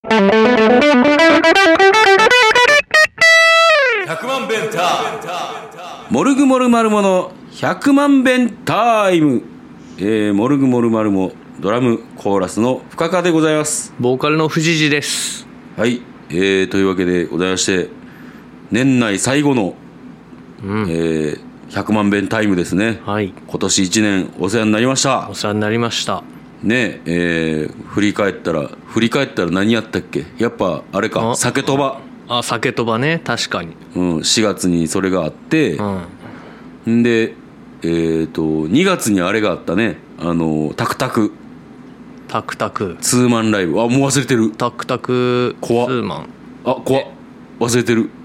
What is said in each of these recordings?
100万弁タイム。モルグモルマルモの100万弁タイム。モルグモルマルモドラムコーラスの深川でございます。 ボーカルの藤次です。 はい、というわけでございまして、年内最後の、100万弁タイムですね。 はい、 今年1年お世話になりました。 お世話になりましたね。振り返ったら何やったっけ。やっぱあれか、酒とば。 酒とばね、確かに、 4月にそれがあって、で2月にあれがあったね。タクタクツーマンライブ。もう忘れてる。 タクタクツーマン。 怖っ、忘れてる。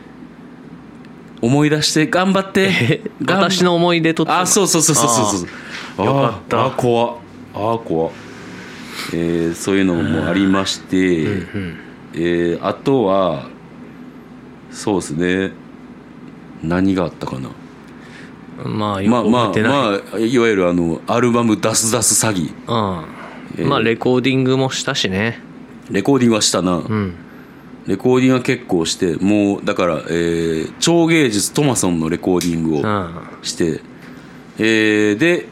思い出して頑張って私の思い出とって。 そうよかった。 怖っ、そういうのもありまして、あとはそうですね、何があったかな。 よく覚えてない。 いわゆるアルバム出す詐欺。 レコーディングもしたしね。 レコーディングはしたな。レコーディングは結構して、もうだから、超芸術トマソンのレコーディングをして、で、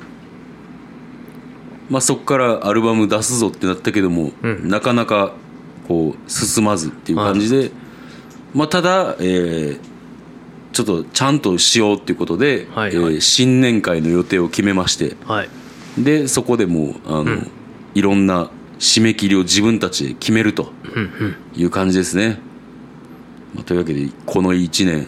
そっからアルバム出すぞってなったけども、なかなかこう進まずっていう感じで、ただ、ちょっとちゃんとしようっていうことで、新年会の予定を決めまして、でそこでもういろんな締め切りを自分たちで決めるという感じですね。というわけでこの1年、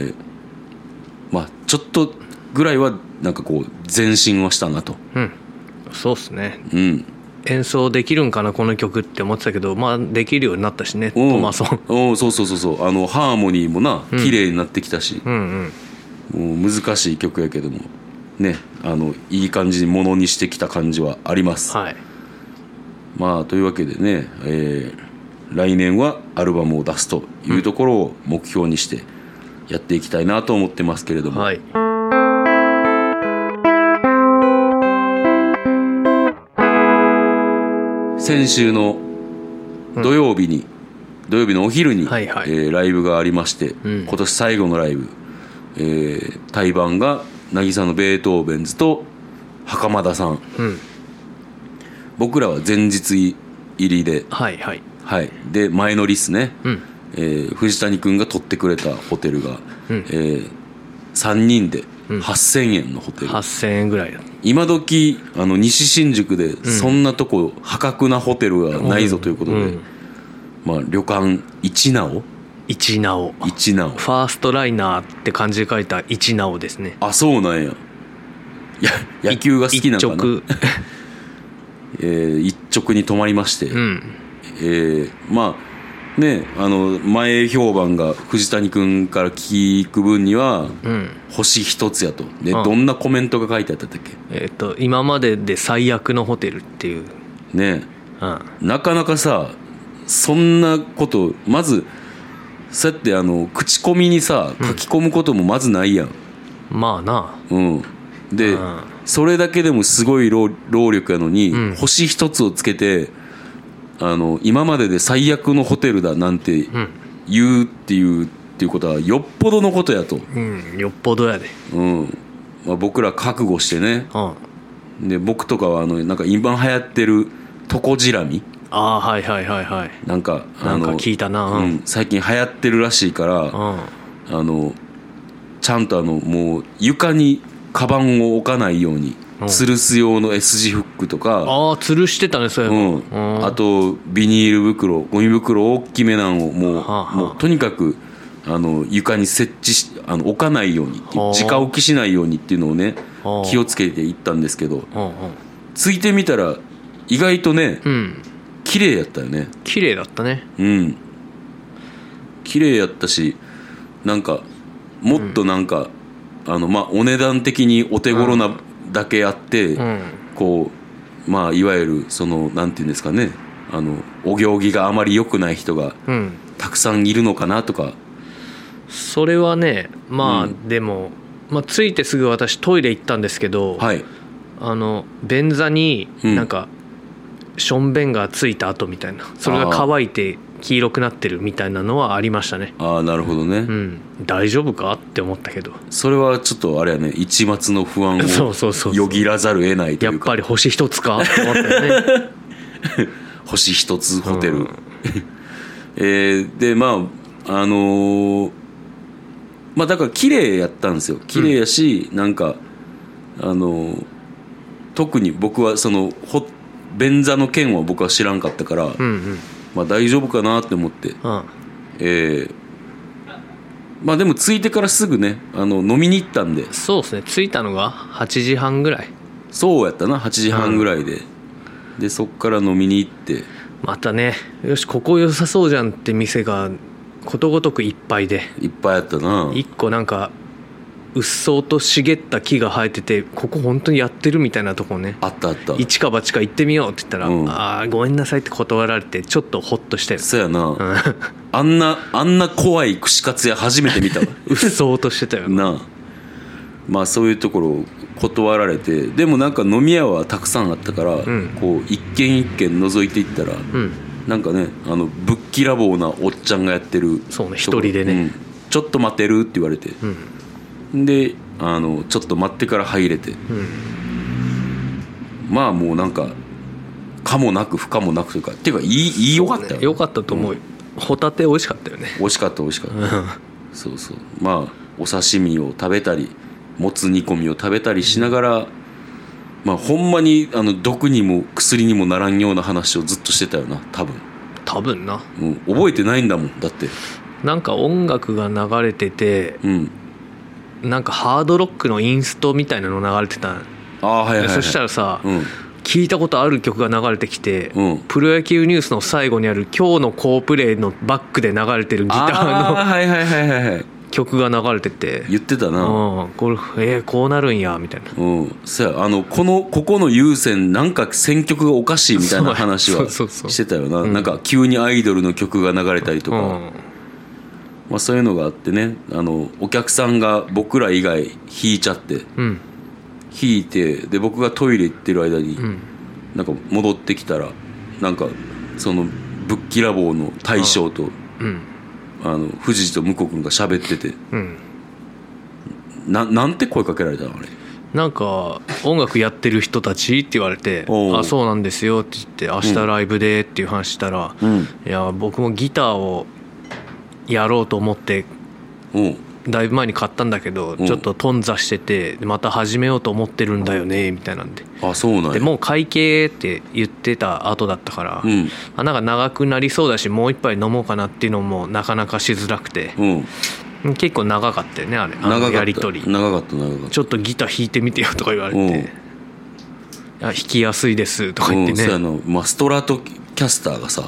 ちょっとぐらいはなんかこう前進をしたなと。 そうっすね。演奏できるんかなこの曲って思ってたけど、できるようになったしね、トマソン。 そうハーモニーもな綺麗になってきたし、もう難しい曲やけどもね、いい感じにものにしてきた感じはあります。というわけでね、来年はアルバムを出すというところを目標にしてやっていきたいなと思ってますけれども、先週の土曜日のお昼に、ライブがありまして、今年最後のライブ、対バンが渚のベートーベンズと袴田さん、僕らは前日入りで、で前乗りっすね。藤谷君が取ってくれたホテルが、3人で8000円のホテル。 8000円ぐらいだ。 今時西新宿でそんなとこ破格なホテルがないぞということで、旅館一直ファーストライナーって漢字で書いた一直ですね。 そうなんや。野球が好きなのかな。一直に泊まりまして、前評判が藤谷君から聞く分には星一つやと。でどんなコメントが書いてあったんだっけ。今までで最悪のホテルっていうね。なかなかさ、そんなことまずそうやって口コミにさ書き込むこともまずないやん。で、それだけでもすごい労力やのに、星一つをつけて今までで最悪のホテルだなんて言うっていうことはよっぽどのことやと。 よっぽどやで。 僕ら覚悟してね。で僕とかはなんか今流行ってるトコジラミ。なんか聞いたな。 最近流行ってるらしいから、ちゃんともう床にカバンを置かないように吊るす用の S 字フックとか。 吊るしてたね、そういうの。 あとビニール袋、ゴミ袋大きめなんをもうとにかく床に設置し置かないようにっていう、直置きしないようにっていうのをね気をつけていったんですけど、ついてみたら意外とね、綺麗やったよね。 綺麗だったね。 綺麗やったし、なんかもっとなんか、お値段的にお手頃なだけあって、こういわゆるそのなんていうんですかね、お行儀があまり良くない人がたくさんいるのかなとか。 それはね、でも、着いてすぐ私トイレ行ったんですけど、便座になんか、 しょんべんがついた後みたいな、それが乾いて黄色くなってるみたいなのはありましたね。 ああなるほどね、 うん、大丈夫かって思ったけど、 それはちょっとあれやね、一抹の不安をよぎらざる得ないというか、 やっぱり星一つかって思ったよね星一つホテル、でまあまあだから綺麗やったんですよ。綺麗やし、なんか特に僕はその便座の件は僕は知らんかったから、まあ大丈夫かなって思って、まあでも着いてからすぐね飲みに行ったんで。 そうですね、着いたのが8時半ぐらい。 そうやったな、8時半ぐらいで、でそっから飲みに行って、 またね、よしここ良さそうじゃんって店がことごとくいっぱいで、 いっぱいやったな。 一個なんかうっそうと茂った木が生えてて、ここ本当にやってるみたいなとこね、 あったあった。 一か八か行ってみようって言ったら、ああごめんなさいって断られて、ちょっとホッとしたよ。 そうやな、あんな怖い串カツ屋初めて見たわうっそうとしてたよな。まあそういうところを断られて、でもなんか飲み屋はたくさんあったから、こう一軒一軒覗いていったら、なんかねぶっきらぼうなおっちゃんがやってる。 そうね、一人でね、 ちょっと待てるって言われて、でちょっと待ってから入れて、まあもうなんか可もなく不可もなくというか、っていうかいいよかったよ、 よかったと思う。ホタテ美味しかったよね。 美味しかった美味しかったそうそう、まあお刺身を食べたりもつ煮込みを食べたりしながら、まあほんまに毒にも薬にもならんような話をずっとしてたよな、多分な、覚えてないんだもんだって。 なんか音楽が流れてて、なんかハードロックのインストみたいなの流れてた。そしたらさ、聞いたことある曲が流れてきて、プロ野球ニュースの最後にある今日の好プレーのバックで流れてるギターの曲が流れてて、 言ってたな、 これこうなるんやみたいな。 そうや、ここの有線なんか選曲がおかしいみたいな話はしてたよな。なんか急にアイドルの曲が流れたりとか、まあ、そういうのがあってね、お客さんが僕ら以外引いちゃって、引いて、で僕がトイレ行ってる間に、なんか戻ってきたら、なんかそのぶっきらぼうの大将と、藤次と向こう君が喋ってて、なんて声かけられたのあれ。 なんか音楽やってる人たちって言われて、あそうなんですよって言って、明日ライブでっていう話したら、いや僕もギターをやろうと思ってだいぶ前に買ったんだけど、ちょっと頓挫してて、また始めようと思ってるんだよねみたいなんで、 そうなんや。 でもう会計って言ってた後だったから、なんか長くなりそうだし、もう一杯飲もうかなっていうのもなかなかしづらくて、結構長かったよね、あれやり取り。 長かったちょっとギター弾いてみてよとか言われて、弾きやすいですとか言ってね、 ストラトキャスターがさ、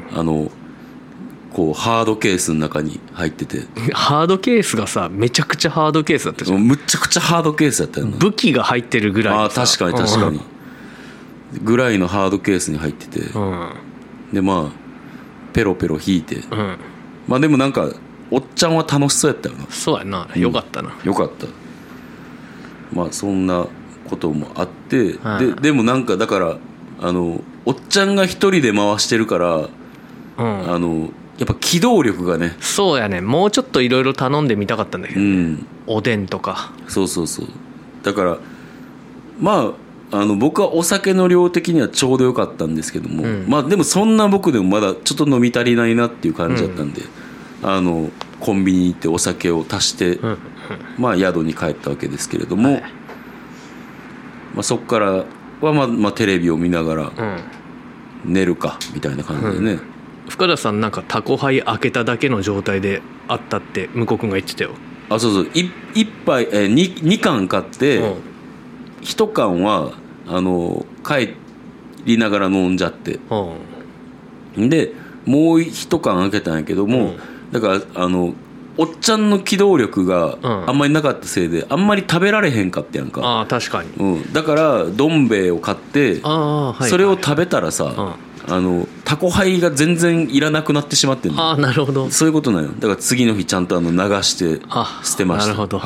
こうハードケースの中に入ってて、 ハードケースがさ、めちゃくちゃハードケースだったじゃん。 むちゃくちゃハードケースだったよな。 武器が入ってるぐらい。 確かにぐらいのハードケースに入ってて、でまあペロペロ弾いて、まあでもなんかおっちゃんは楽しそうやったよな。 そうやな、よかったな、 よかった。まあそんなこともあって、でもなんかだからおっちゃんが一人で回してるから、やっぱ機動力がね。 そうやね、もうちょっといろいろ頼んでみたかったんだけど、おでんとか。 そうだからまあ僕はお酒の量的にはちょうどよかったんですけども、まあでもそんな僕でもまだちょっと飲み足りないなっていう感じだったんで、コンビニに行ってお酒を足して、まあ宿に帰ったわけですけれども、まあ、そっからはまあテレビを見ながら寝るかみたいな感じでね。 深田さんなんかタコハイ開けただけの状態であったって向こう君が言ってたよ。 そう1杯2缶買って、1缶は帰りながら飲んじゃって、でもう1缶開けたんやけども、だからおっちゃんの機動力があんまりなかったせいで、あんまり食べられへんかってやんか。 確かに、 だからどん兵衛を買って、それを食べたらさ、タコハイが全然いらなくなってしまってんの。 なるほど、 そういうことなんよ。だから次の日ちゃんと流して捨てました。 なるほど、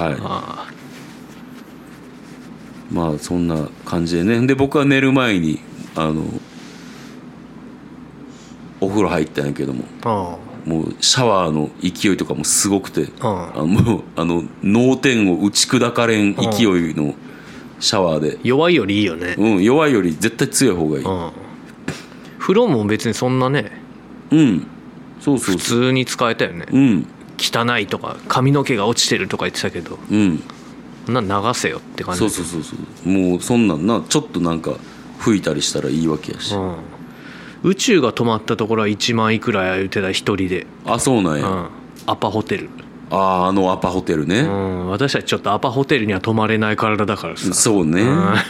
まあそんな感じでね。で僕は寝る前にお風呂入ったんやけども、もうシャワーの勢いとかもすごくて、もう脳天を打ち砕かれん勢いのシャワーで。 弱いよりいいよね。 弱いより絶対強い方がいい。 風呂も別にそんなね、 そう普通に使えたよね。汚いとか髪の毛が落ちてるとか言ってたけど、流せよって感じ。 そうもうそんなんな、ちょっとなんか吹いたりしたらいいわけやし、 宇宙が止まったところは1万いくらや言ってた、一人で。 そうなんや。 アパホテル。 アパホテルね。 私たちちょっとアパホテルには泊まれない体だからさ。 そうね。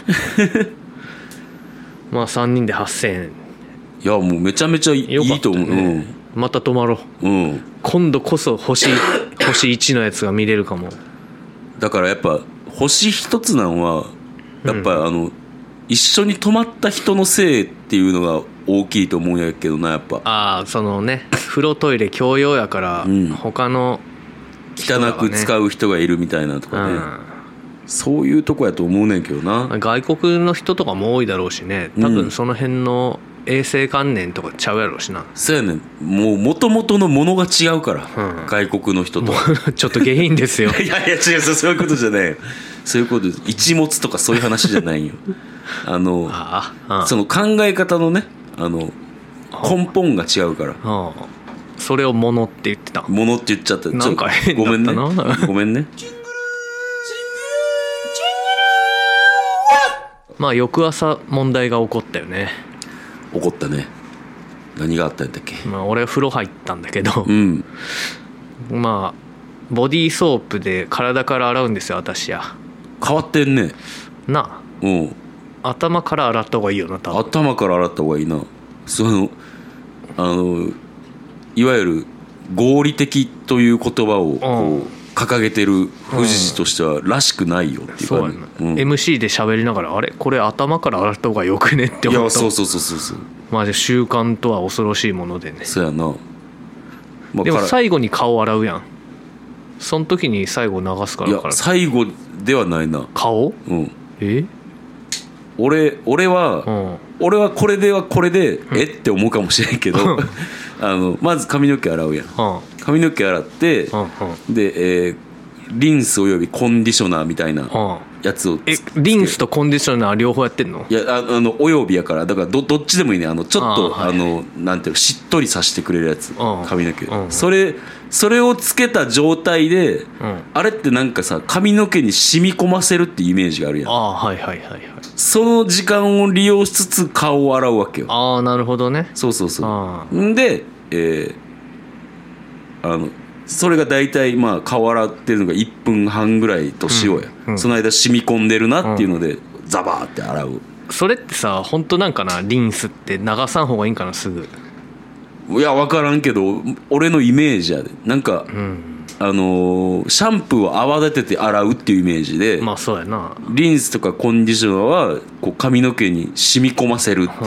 まあ3人で8000円。 いやもうめちゃめちゃいいと思う。 また泊まろう。今度こそ星1のやつが見れるかも。 だからやっぱ星一つなんはやっぱ一緒に泊まった人のせいっていうのが大きいと思うんやけどな、やっぱ。 そのね、風呂トイレ共用やから、他の人が、ね、汚く使う人がいるみたいなとかね、そういうとこやと思うねんけどな。 外国の人とかも多いだろうしね、多分その辺の衛生観念とかちゃうやろうしな。 そうやねん。もう元々のものが違うから、外国の人とちょっと下品ですよ。 いや違う、そういうことじゃないよ。そういうことです。一物とかそういう話じゃないよ。その考え方のね、根本が違うから。 それを物って言ってた。 物って言っちゃった。 なんか変だったな。 ごめんね。 まあ翌朝問題が起こったよね。 起こったね。何があったんだっけ。 俺風呂入ったんだけど、まあボディーソープで体から洗うんですよ、私や。 変わってんね。 なあ。頭から洗った方がいいよな、多分。 頭から洗った方がいいな。いわゆる合理的という言葉をこう掲げてる富士としてはらしくないよっていうか、 MC で喋りながら、あれこれ頭から洗った方がよくねって思った。いやそうまあ習慣とは恐ろしいものでね。 そうやな。 でも最後に顔洗うやん。その時に最後流すから。 いや最後ではないな。 顔？ 俺はこれでって思うかもしれんけど、まず髪の毛洗うやん。髪の毛洗って、で、リンスおよびコンディショナーみたいなやつをリンスとコンディショナー両方やってんの？ いやおよびやから、だからどっちでもいいね。ちょっとなんていうの、しっとりさせてくれるやつ、髪の毛、それをつけた状態で、あれってなんかさ、髪の毛に染み込ませるっていうイメージがあるやん。その時間を利用しつつ顔を洗うわけよ。 なるほどね。 そうで、それが大体まあ顔洗ってるのが1分半ぐらいとしようや、その間染み込んでるなっていうので、ザバーって洗う。 それってさ、本当なんかな、リンスって流さん方がいいんかな、すぐ。 いや分からんけど、俺のイメージやで、なんか、シャンプーを泡立てて洗うっていうイメージで、 まあそうやな。 リンスとかコンディショナーはこう髪の毛に染み込ませるっていう、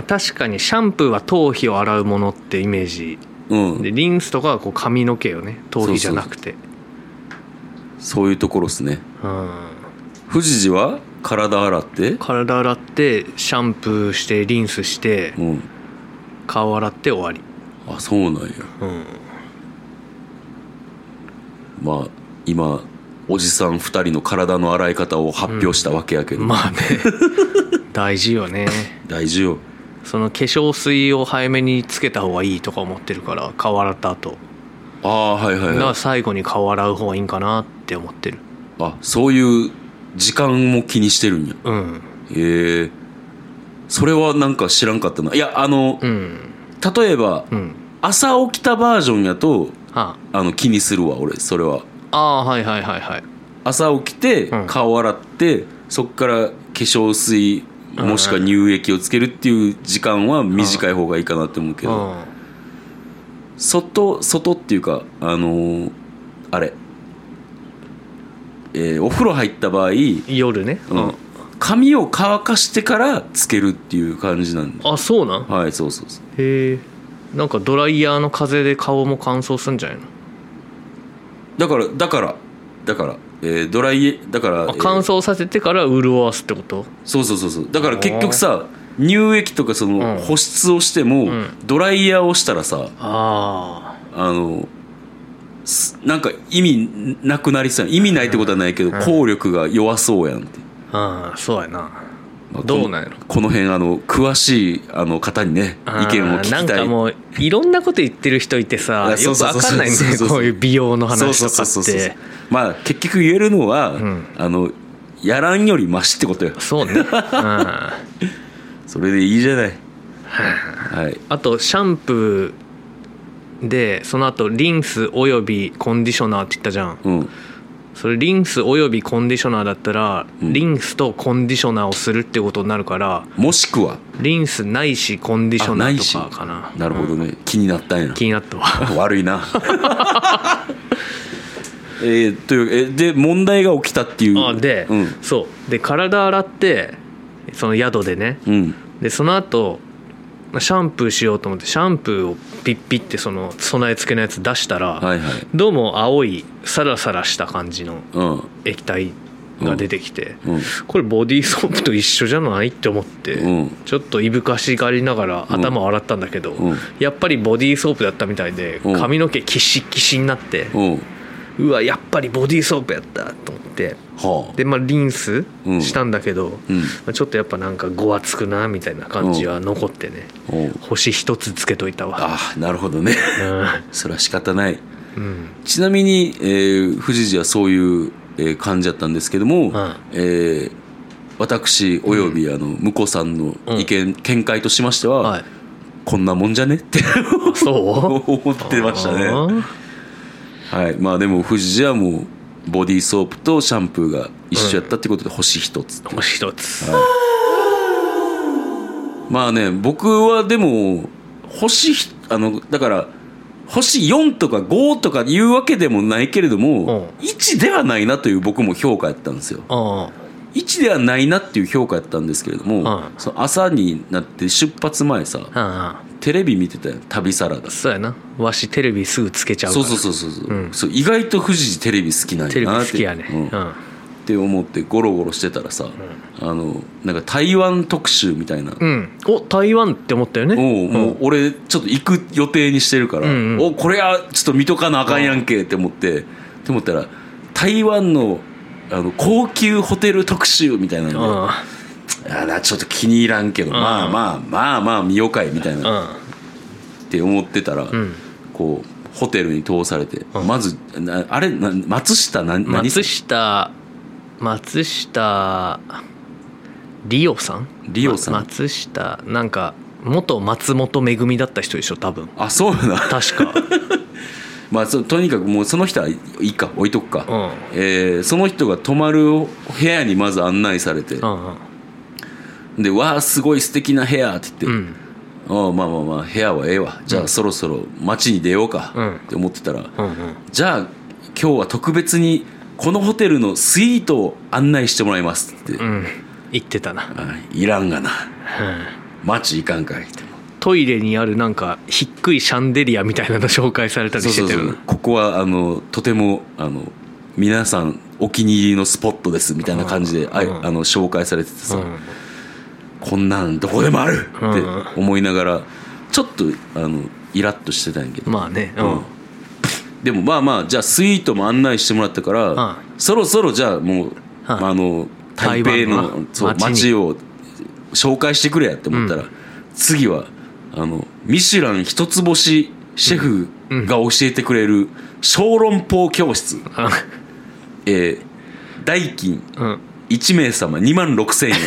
確かにシャンプーは頭皮を洗うものってイメージ、でリンスとかはこう髪の毛をね、頭皮じゃなくて、 そういうところですね。富士寺は体洗って、シャンプーしてリンスして、顔洗って終わり。 そうなんや。まあ今おじさん2人の体の洗い方を発表したわけやけど、 まあね大事よね。 大事よ。 その化粧水を早めにつけた方がいいとか思ってるから、顔洗った後。だから最後に顔洗う方がいいんかなって思ってる。 そういう時間も気にしてるんや。それはなんか知らんかったな。いや例えば、朝起きたバージョンやと気にするわ俺、それは。朝起きて顔洗って、そっから化粧水もしくは乳液をつけるっていう時間は短い方がいいかなって思うけど、外っていうかあれ、お風呂入った場合夜ね、 髪を乾かしてからつけるっていう感じなんで。 そうなん？ はい、そう。 へえ。なんかドライヤーの風で顔も乾燥するんじゃないの？だからドライだから、 乾燥させてから潤わすってこと？ そうだから結局さ、 乳液とかその保湿をしても、ドライヤーをしたらさ、なんか意味なくなりそうやん。意味ないってことはないけど、効力が弱そうやんって。 そうやな。どうなんやろ。 この辺詳しい方にね意見を聞きたい。 なんかもういろんなこと言ってる人いてさ、よく分かんないんだよ、こういう美容の話とかって。 まあ結局言えるのは、やらんよりマシってことよ。 そうね。 それでいいじゃない。 はい。あとシャンプーでその後リンスおよびコンディショナーって言ったじゃん。それリンスおよびコンディショナーだったら、リンスとコンディショナーをするってことになるから、 もしくはリンスないしコンディショナーとかかな。 なるほどね、気になったんや。 気になったわ。 悪いな。で問題が起きたっていう。 で、そうで体洗ってその宿でね、でその後シャンプーしようと思ってシャンプーをピッピッてその備え付けのやつ出したら、どうも青いサラサラした感じの液体が出てきて、これボディーソープと一緒じゃないって思って、ちょっといぶかしがりながら頭を洗ったんだけど、やっぱりボディーソープだったみたいで、髪の毛キシキシになって、うわやっぱりボディーソープやったと思って、でリンスしたんだけど、ちょっとやっぱなんかごわつくなみたいな感じは残ってね、星一つつけといたわ。 なるほどね。それは仕方ない。ちなみに、藤次はそういう感じだったんですけども、私および向こうさんの見解としましては、こんなもんじゃねって思ってましたね。はい、まあでも藤次はもうボディーソープとシャンプーが一緒やったってことで星一つ、 星一つ、 まあね僕はでもだから星4とか5とかいうわけでもないけれども、1ではないなという僕も評価やったんですよ。1ではないなっていう評価やったんですけれども、その朝になって出発前さ、テレビ見てたよ、旅サラダ。 そうやな、わしテレビすぐつけちゃうから。 そう意外と藤次テレビ好きなんやなって。 テレビ好きやね、 って思ってゴロゴロしてたらさ、なんか台湾特集みたいな、 台湾って思ったよね。 もう俺ちょっと行く予定にしてるから、これはちょっと見とかなあかんやんけって思ったら台湾の高級ホテル特集みたいなので、ちょっと気に入らんけど、まあ見ようかいみたいな、って思ってたら、こうホテルに通されて、まずあれ松下リオさん、松下なんか元松本めぐみだった人でしょ多分。そうやな、確か。 まあ、とにかくもうその人はいいか、置いとくか、その人が泊まる部屋にまず案内されて、でわあすごい素敵な部屋って言って、まあ部屋はええわ、じゃあそろそろ街に出ようかって思ってたら、じゃあ今日は特別にこのホテルのスイートを案内してもらいますって、 言ってたな。 いらんがな、街行かんかいって。 トイレにあるなんか低いシャンデリアみたいなの紹介されたりしてたよ。 ここはとても皆さんお気に入りのスポットですみたいな感じで紹介されててさ、こんなんどこでもあるって思いながらちょっとイラッとしてたんやけど、 まあね、 でもまあじゃあスイートも案内してもらったから、そろそろじゃあもう台北の街を紹介してくれやって思ったら、次はミシュラン一つ星シェフが教えてくれる小籠包教室、代金1名様26,000円。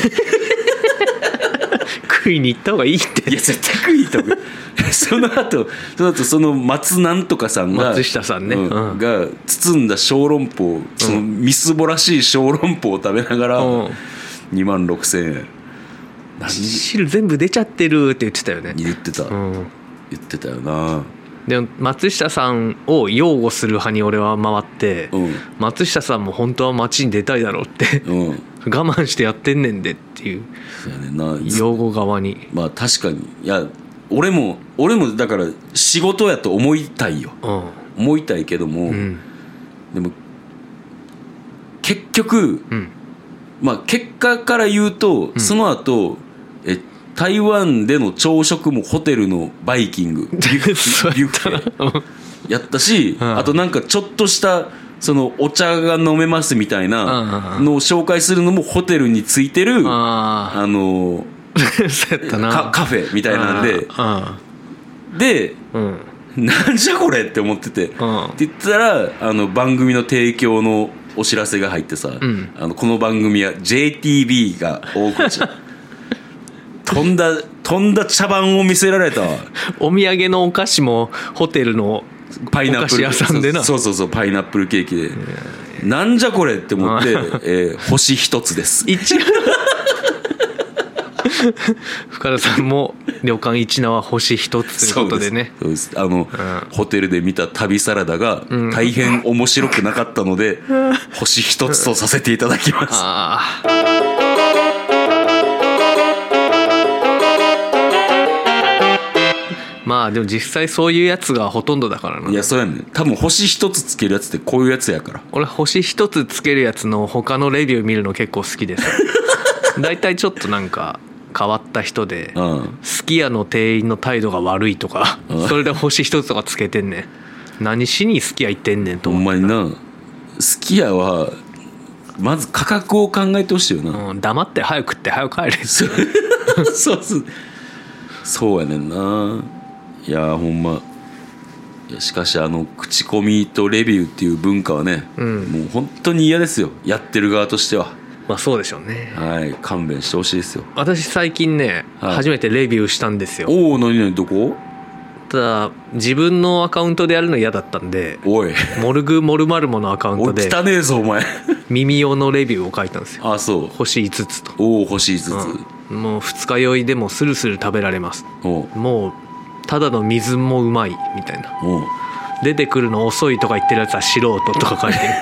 食いに行った方がいいって。 いや絶対食いに行った方がいい。その後その松なんとかさんが、 松下さんね、 が包んだ小籠包、そのみすぼらしい小籠包を食べながら26,000円。 汁全部出ちゃってるって言ってたよね。 言ってたよな。 でも松下さんを擁護する派に俺は回って、松下さんも本当は街に出たいだろうって、我慢してやってんねんでっていう擁護側に。 まあ確かに、いや俺もだから仕事やと思いたいよ、思いたいけども、でも結局、まあ結果から言うと、その後台湾での朝食もホテルのバイキングビュッフェやったし、あとなんかちょっとしたそのお茶が飲めますみたいなのを紹介するのもホテルについてるカフェみたいなんでなんじゃこれって思ってて、って言ったら番組の提供のお知らせが入ってさ、この番組は JTB がお送りしたとんだ茶番を見せられた。 お土産のお菓子もホテルのパイナップルお菓子屋さんでな。 そうパイナップルケーキでなんじゃこれって思って、星一つです深田さんも旅館一菜は星一つということでね。 そうですホテルで見た旅サラダが大変面白くなかったので、星一つとさせていただきます。 まあでも実際そういうやつがほとんどだからな。 いやそうやねん。多分星一つつけるやつってこういうやつやから。 俺星一つつけるやつの他のレビュー見るの結構好きですだいたいちょっとなんか変わった人で、すき家の店員の態度が悪いとか、それで星一つとかつけてんねん。何しにすき家行ってんねんと思う。 ほんまにな。すき家はまず価格を考えてほしいよな、 黙って早く食って早く帰れそうやねんな。いやほんま。いやしかし口コミとレビューっていう文化はね、もう本当に嫌ですよ、やってる側としては。 まあそうでしょうね。 はい、勘弁してほしいですよ。 私最近ね、初めてレビューしたんですよ。 おお、何どこ？ ただ自分のアカウントでやるの嫌だったんで、 おいモルグモルマルモのアカウントで汚ねえぞお前耳用のレビューを書いたんですよ。 あ、そう。 星5つと。 おお、星5つ、 もう二日酔いでもスルスル食べられます。もうただの水もうまいみたいな。出てくるの遅いとか言ってるやつは素人とか書いてる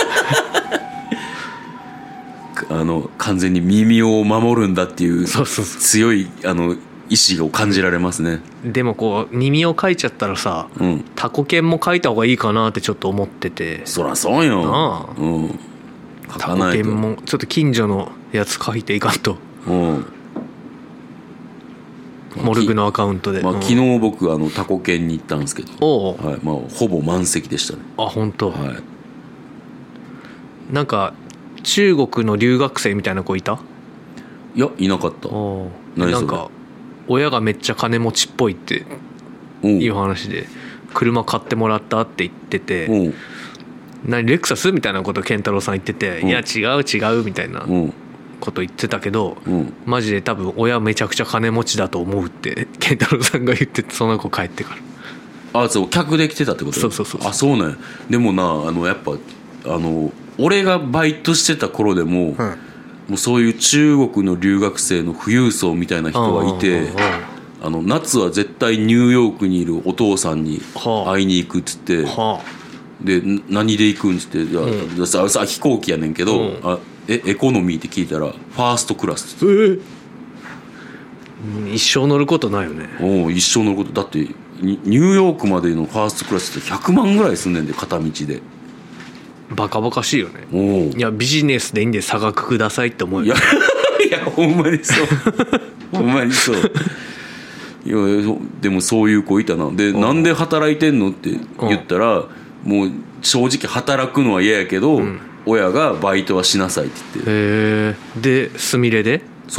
完全に耳を守るんだっていう強い意志を感じられますね。 でもこう耳を書いちゃったらさ、タコ犬も書いた方がいいかなってちょっと思ってて。 そらそうよ。 タコ犬もちょっと近所のやつ書いていかんと。モルグのアカウントで、 昨日僕タコ犬に行ったんですけど、ほぼ満席でしたね。 あ、本当。なんか中国の留学生みたいな子いた？ いや、いなかった。 なんか親がめっちゃ金持ちっぽいっていう話で、車買ってもらったって言ってて、レクサスみたいなこと健太郎さん言ってて、いや違うみたいなこと言ってたけど、マジで多分親めちゃくちゃ金持ちだと思うって健太郎さんが言ってて、その子帰ってから。 あ、そう客で来てたってこと？ そう。 あ、そうね。でもな、やっぱ俺がバイトしてた頃でも、もうそういう中国の留学生の富裕層みたいな人がいて、夏は絶対ニューヨークにいるお父さんに会いに行くっつって、で何で行くんっつって、さ飛行機やねんけど、エコノミーって聞いたらファーストクラスっつって、 一生乗ることないよね。 一生乗ることだって、ニューヨークまでのファーストクラスって100万ぐらいすんねんで、片道で。 バカバカしいよね。いやビジネスでいいんで差額くださいって思うよ。 いやほんまにそうほんまにそう。いやでもそういう子いたな。で、なんで働いてんのって言ったら、もう正直働くのは嫌やけど、親がバイトはしなさいって言って。 でスミレで。 そう。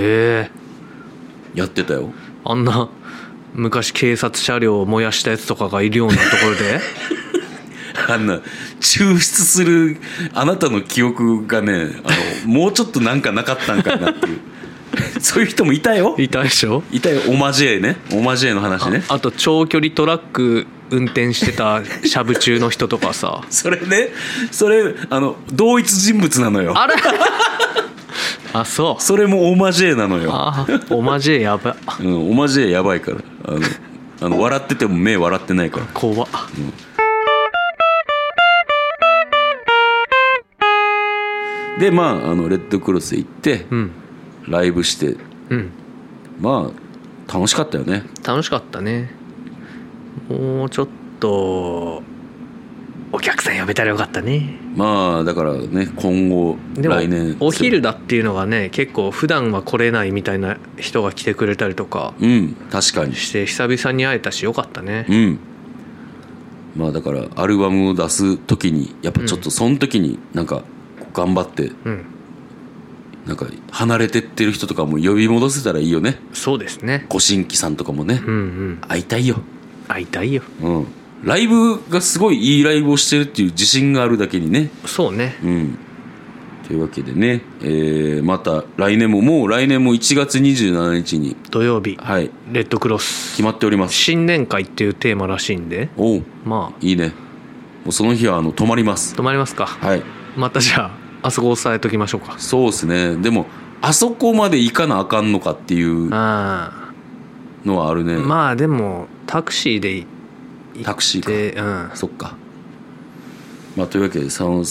やってたよ。 あんな昔警察車両を燃やしたやつとかがいるようなところであんな抽出するあなたの記憶がね、もうちょっとなんかなかったんかなっていうそういう人もいたよ。 いたでしょ。 いたよ。オマジェの話ね。 あと長距離トラック運転してたしゃぶ中の人とかさそれ同一人物なのよ。 あれあ、そう。 それもオマジェなのよ。 オマジェやばい。 オマジェやばいから。笑ってても目笑ってないから。 怖っ。 でレッドクロス行って、ライブして、楽しかったよね。 楽しかったね。もうちょっとお客さん呼べたらよかったね。 まあだからね、今後来年お昼だっていうのがね、結構普段は来れないみたいな人が来てくれたりとか、 確かにして久々に会えたしよかったね。 まあだからアルバムを出す時にやっぱちょっとその時になんか頑張って、なんか離れてってる人とかも呼び戻せたらいいよね。 そうですね。 ご新規さんとかもね、会いたいよ。ライブがすごいいいライブをしてるっていう自信があるだけにね。 そうね。 というわけでね、また来年も1月27日に土曜日、レッドクロス決まっております。 新年会っていうテーマらしいんで、 まあいいね。もうその日は泊まります。 泊まりますか。またじゃあそこ押さえときましょうか。 そうですね。でもあそこまで行かなあかんのかっていうのはあるね。 まあでもタクシーで行って、 タクシーか、そっか。まあというわけで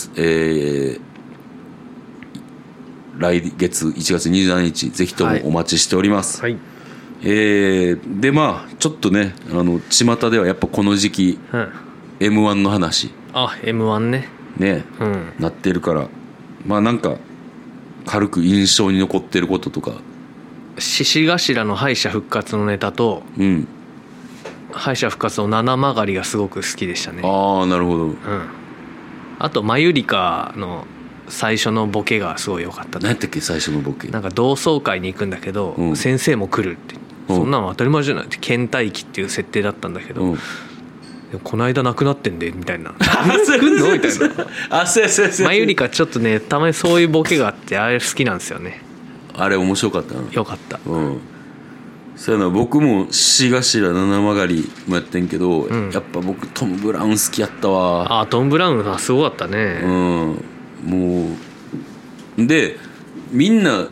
来月1月27日ぜひともお待ちしております。でまあちょっとね、巷ではやっぱこの時期、M1 の話 M1 ねなってるから、まあなんか軽く印象に残ってることとか。 獅子頭の敗者復活のネタと、敗者復活の七曲りがすごく好きでしたね。 ああなるほど。 あとマユリカの最初のボケがすごい良かった。 何やったっけ最初のボケ。 なんか同窓会に行くんだけど、先生も来るって、そんなの当たり前じゃないって倦怠期っていう設定だったんだけど、この間亡くなってんでみたいな来んのみたいな。マユリカちょっとね、たまにそういうボケがあって、あれ好きなんですよね。 あれ面白かったな。 よかった。 そうやな。僕も獅子頭七曲りもやってんけど、やっぱ僕トム・ブラウン好きやったわ。 トム・ブラウンはすごかったね。 もうでみんな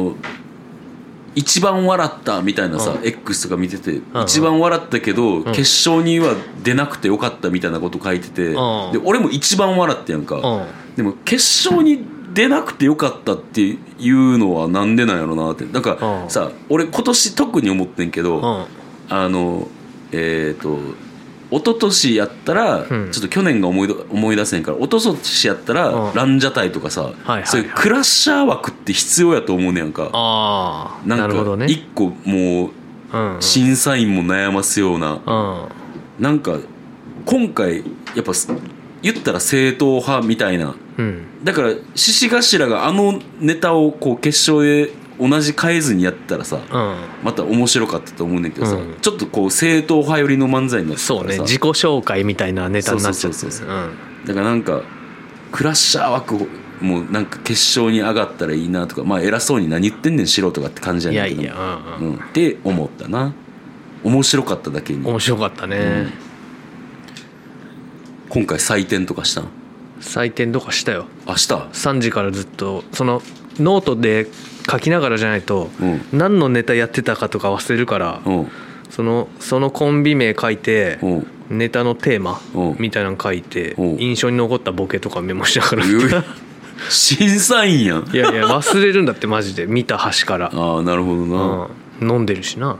一番笑ったみたいなさ、X とか見てて、一番笑ったけど、決勝には出なくてよかったみたいなこと書いてて、で俺も一番笑ったやんか。でも決勝に出なくてよかったっていうのはなんでなんやろなって。なんかさ、俺今年特に思ってんけど、一昨年やったら、ちょっと去年が思い出せんから、一昨年やったらランジャタイとかさ、そういうクラッシャー枠って必要やと思うねやんか。なんか一個もう審査員も悩ますような、なんか今回やっぱ言ったら正統派みたいな、だから獅子頭がネタをこう決勝で同じ変えずにやったらさ、また面白かったと思うねんけどさ、ちょっとこう正統派寄りの漫才になってたからさ。そうね、自己紹介みたいなネタになっちゃって、だからなんかクラッシャー枠もなんか決勝に上がったらいいなとか、まあ偉そうに何言ってんねん素人がって感じじゃないけど、って思ったな。面白かっただけに。面白かったね。今回採点とかしたん？採点とかしたよ。した。3時からずっとそのノートで書きながらじゃないと、何のネタやってたかとか忘れるから、そのコンビ名書いて、ネタのテーマみたいなの書いて、印象に残ったボケとかメモしながら審査員やん。いや忘れるんだってマジで、見た端から。なるほどな。飲んでるしな。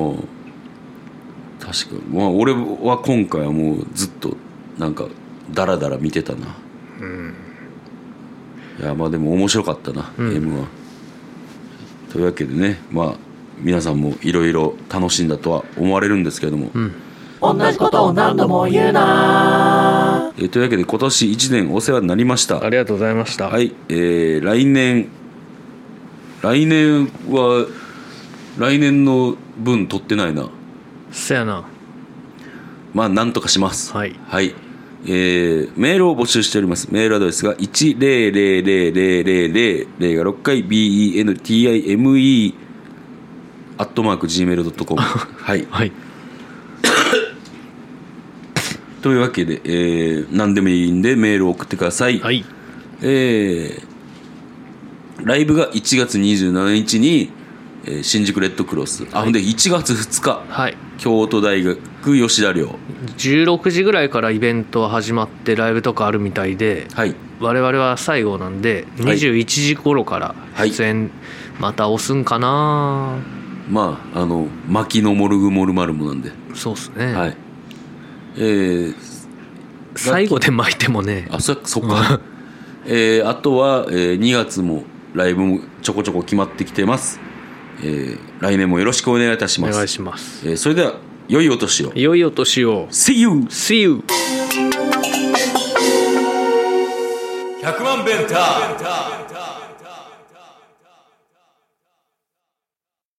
確かに。まあ俺は今回はもうずっとなんかダラダラ見てたな。いやまあでも面白かったな、M1。というわけでね、まあ皆さんもいろいろ楽しんだとは思われるんですけれども、同じことを何度も言うな。というわけで今年1年お世話になりました。ありがとうございました。はい、来年の分取ってないな。そやな。まあなんとかします。はい、メールを募集しております。メールアドレスが1000000が6回 bentime@gmail.com はい、というわけで、何でもいいんでメールを送ってください。ライブが1月27日に、新宿レッドクロス、ほんで1月2日、京都大学吉田寮16時ぐらいからイベントは始まってライブとかあるみたいで、我々は最後なんで21時頃から出演また押すんかな。まあ牧野モルグモルマルモなんで。そうっすね。 最後で巻いてもね。 そっかあとは、2月もライブもちょこちょこ決まってきてます。来年もよろしくお願いいたします。 お願いします。 それでは良いお年を。 良いお年を。 See you 100 万ベンター